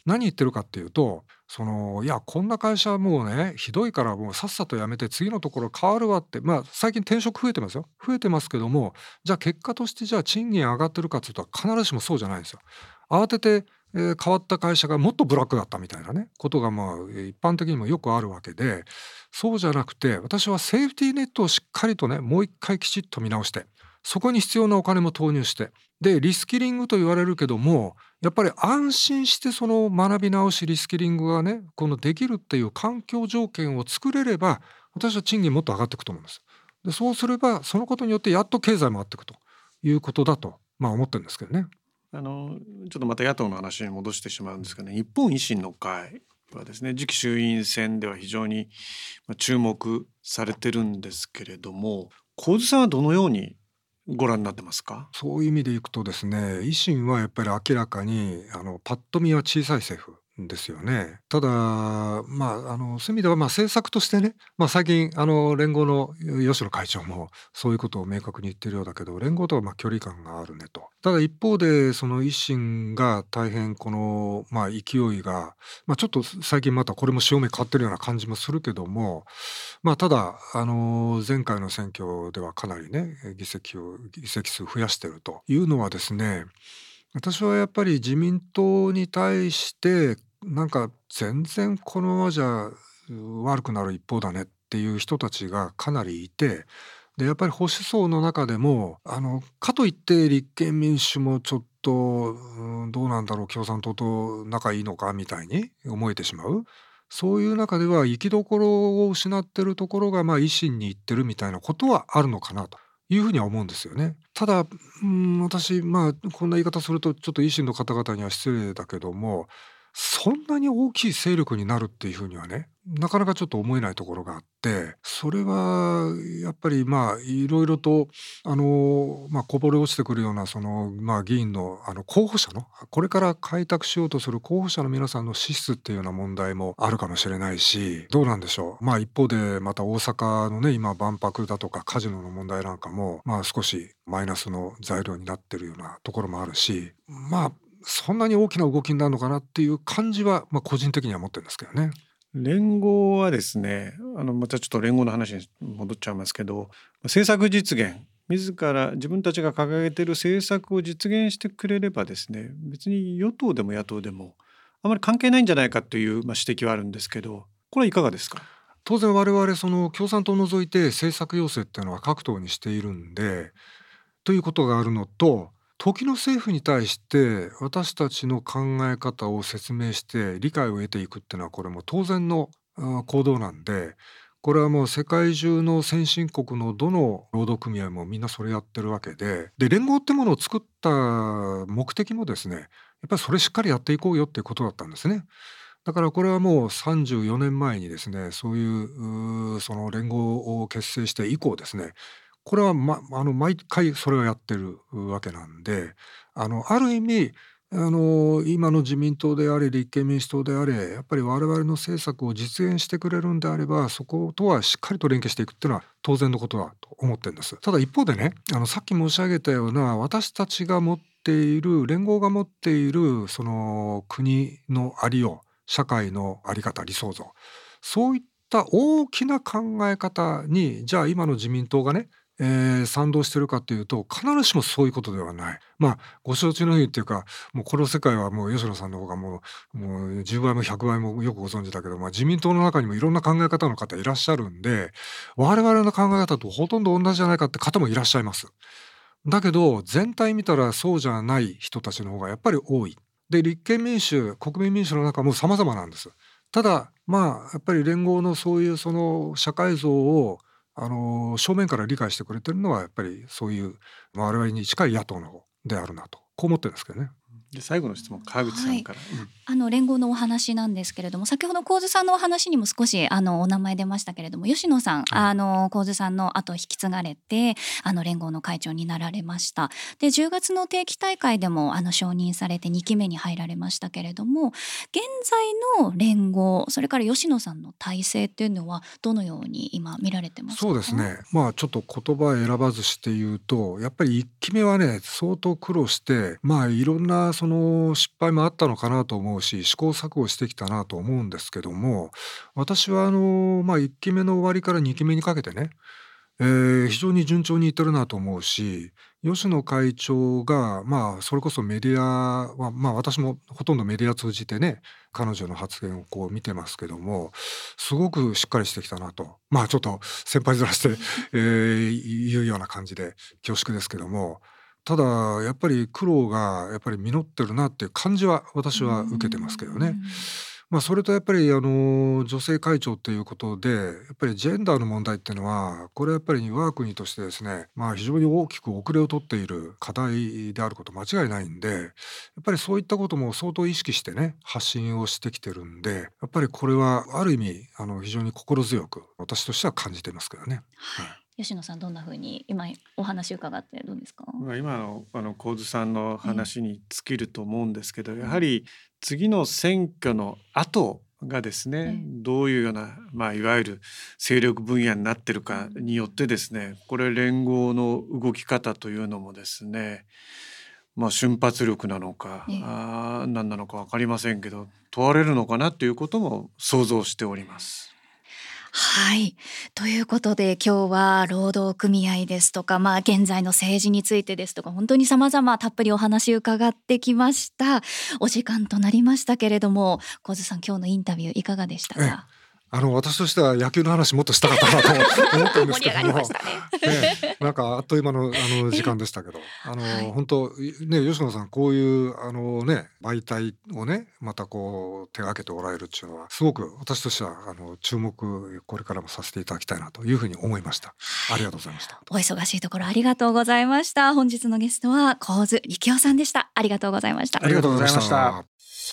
何言ってるかっていうと、いやこんな会社もうねひどいからもうさっさと辞めて次のところ変わるわって、最近転職増えてますよ。増えてますけども、じゃあ結果としてじゃあ賃金上がってるかっていうと必ずしもそうじゃないんですよ。慌てて、変わった会社がもっとブラックだったみたいなねことが一般的にもよくあるわけで、そうじゃなくて私はセーフティーネットをしっかりとねもう一回きちっと見直して、そこに必要なお金も投入して、でリスキリングと言われるけども、やっぱり安心してその学び直しリスキリングがねできるっていう環境条件を作れれば、私は賃金もっと上がっていくと思うんです。でそうすればそのことによってやっと経済も回っていくということだと思ってるんですけどね。 ちょっとまた野党の話に戻してしまうんですがね、日本維新の会はですね、次期衆院選では非常に注目されてるんですけれども、神津さんはどのようにご覧になってますか？ そういう意味でいくとですね、維新はやっぱり明らかにパッと見は小さい政府ですよね。ただそういう意味では政策としてね、最近連合の吉野会長もそういうことを明確に言ってるようだけど、連合とは距離感があるねと。ただ一方でその維新が大変勢いが、ちょっと最近またこれも潮目変わってるような感じもするけども、ただ前回の選挙ではかなりね議席数増やしてるというのはですね、私はやっぱり自民党に対して全然このままじゃ悪くなる一方だねっていう人たちがかなりいて、でやっぱり保守層の中でもかといって立憲民主もちょっとどうなんだろう、共産党と仲いいのかみたいに思えてしまう。そういう中では生きどころを失ってるところが維新に行ってるみたいなことはあるのかなというふうには思うんですよね。ただ私こんな言い方するとちょっと維新の方々には失礼だけども、そんなに大きい勢力になるっていうふうにはねなかなかちょっと思えないところがあって、それはやっぱりいろいろとこぼれ落ちてくるような議員の候補者のこれから開拓しようとする候補者の皆さんの資質っていうような問題もあるかもしれないし、どうなんでしょう。一方でまた大阪のね今万博だとかカジノの問題なんかも少しマイナスの材料になってるようなところもあるし、そんなに大きな動きになるのかなっていう感じは個人的には持ってるんですけどね。 連合はですね、またちょっと連合の話に戻っちゃいますけど、政策実現、自ら自分たちが掲げている政策を実現してくれればですね、別に与党でも野党でもあまり関係ないんじゃないかという指摘はあるんですけど、これはいかがですか？ 当然我々共産党を除いて政策要請っていうのは各党にしているんでということがあるのと、時の政府に対して私たちの考え方を説明して理解を得ていくっていうのはこれも当然の行動なんで、これはもう世界中の先進国のどの労働組合もみんなそれやってるわけで、連合ってものを作った目的もですね、やっぱりそれしっかりやっていこうよっていうことだったんですね。だからこれはもう34年前にですね、そういうその連合を結成して以降ですね、これは、毎回それをやってるわけなんで、ある意味今の自民党であれ立憲民主党であれ、やっぱり我々の政策を実現してくれるんであれば、そことはしっかりと連携していくっていうのは当然のことだと思ってるんです。ただ一方でね、さっき申し上げたような私たちが持っている連合が持っているその国のありよう、社会のあり方、理想像、そういった大きな考え方にじゃあ今の自民党がね賛同してるかっていうと必ずしもそういうことではない。ご承知のようにっていうか、もうこの世界はもう吉野さんの方がもう10倍も100倍もよくご存知だけど、自民党の中にもいろんな考え方の方いらっしゃるんで、我々の考え方とほとんど同じじゃないかって方もいらっしゃいます。だけど全体見たらそうじゃない人たちの方がやっぱり多い。で立憲民主、国民民主の中も様々なんです。ただやっぱり連合のそういうその社会像を正面から理解してくれてるのはやっぱりそういう我々に近い野党の方であるなとこう思ってるんですけどね。 で最後の質問、川口さんから、 連合のお話なんですけれども、先ほど神津さんのお話にも少しお名前出ましたけれども、吉野さん、神津さんの後引き継がれて連合の会長になられました。で10月の定期大会でも承認されて2期目に入られましたけれども、現在の連合、それから吉野さんの体制っていうのはどのように今見られてますか？ そうですね、ちょっと言葉選ばずして言うと、やっぱり1期目はね相当苦労して、いろんなその失敗もあったのかなと思うし、試行錯誤してきたなと思うんですけども、私は1期目の終わりから2期目にかけてね、非常に順調にいってるなと思うし、吉野会長が、それこそメディアは、私もほとんどメディア通じてね、彼女の発言をこう見てますけども、すごくしっかりしてきたなと。ちょっと先輩ずらして、言うような感じで恐縮ですけども、ただやっぱり苦労がやっぱり実ってるなっていう感じは私は受けてますけどね。それとやっぱり女性会長ということで、やっぱりジェンダーの問題っていうのは、これやっぱり我が国としてですね、非常に大きく遅れを取っている課題であること間違いないんで、やっぱりそういったことも相当意識してね、発信をしてきてるんで、やっぱりこれはある意味非常に心強く私としては感じてますけどね。 吉野さん、どんな風に今お話伺ってどうですか？ 今の神津さんの話に尽きると思うんですけど、やはり次の選挙の後がですね、どういうような、いわゆる勢力分野になってるかによってですね、これ連合の動き方というのもですね、瞬発力なのか、何なのか分かりませんけど、問われるのかなということも想像しております。 はい、ということで今日は労働組合ですとか、現在の政治についてですとか、本当に様々たっぷりお話伺ってきました。お時間となりましたけれども、神津さん、今日のインタビューいかがでしたか？ 私としては野球の話もっとしたかったなと思ったんですけども、 盛り上がりましたね。 なんかあっという間の時間でしたけど、本当ね、吉野さんこういう媒体をね、またこう手がけておられるっていうのは、すごく私としては注目これからもさせていただきたいなというふうに思いました。ありがとうございました。 お忙しいところありがとうございました。本日のゲストは神津力夫さんでした。ありがとうございました。 ありがとうございました。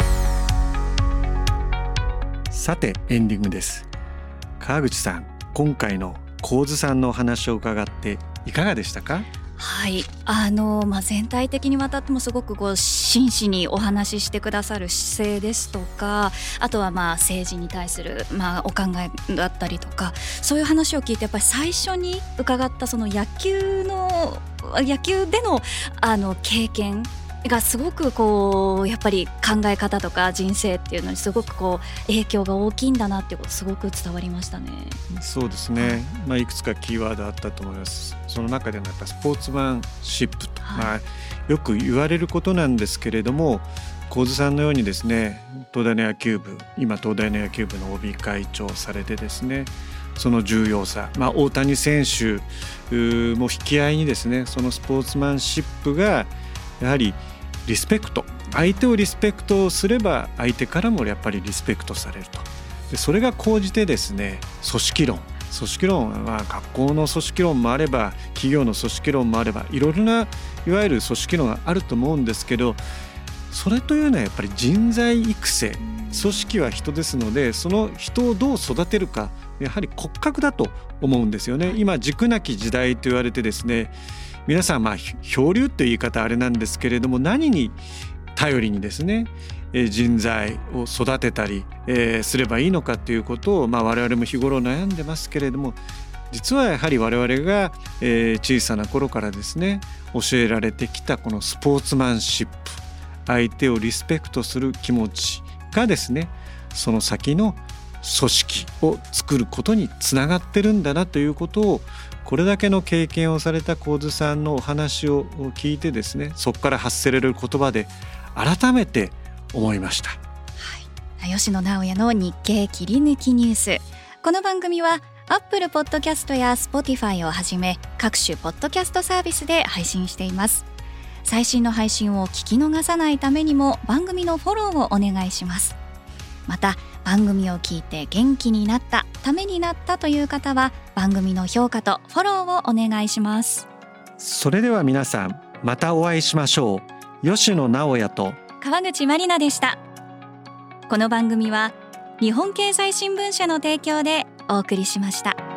さてエンディングです。川口さん、今回の神津さんのお話を伺っていかがでしたか？ はい、全体的にわたってもすごく真摯にお話ししてくださる姿勢ですとか、あとは政治に対するお考えだったりとか、そういう話を聞いて、やっぱり最初に伺ったその野球での経験がすごくやっぱり考え方とか人生っていうのにすごく影響が大きいんだなっていうことすごく伝わりましたね。 そうですね、いくつかキーワードあったと思います。その中でのやっぱスポーツマンシップと、よく言われることなんですけれども、神津さんのようにですね、東大の野球部、今東大の野球部の OB 会長されてですね、その重要さ、大谷選手も引き合いにですね、そのスポーツマンシップがやはりリスペクト、相手をリスペクトすれば相手からもやっぱりリスペクトされると。でそれが高じてですね、組織論は学校の組織論もあれば企業の組織論もあれば、いろいろないわゆる組織論があると思うんですけど、それというのはやっぱり人材育成、組織は人ですので、その人をどう育てるか、やはり骨格だと思うんですよね。今軸なき時代と言われてですね、皆さん漂流という言い方あれなんですけれども、何に頼りにですね、人材を育てたり、すればいいのかということを、我々も日頃悩んでますけれども、実はやはり我々が、小さな頃からですね教えられてきたこのスポーツマンシップ、相手をリスペクトする気持ちがですね、その先の組織を作ることにつながってるんだなということを、これだけの経験をされた神津さんのお話を聞いてですね、そこから発せられる言葉で改めて思いました。 吉野直也の日経切り抜きニュース。この番組はApple Podcast や Spotify をはじめ各種ポッドキャストサービスで配信しています。最新の配信を聞き逃さないためにも番組のフォローをお願いします。また番組を聞いて元気になった、ためになったという方は番組の評価とフォローをお願いします。 それでは皆さん、またお会いしましょう。吉野直也と川口まりなでした。この番組は日本経済新聞社の提供でお送りしました。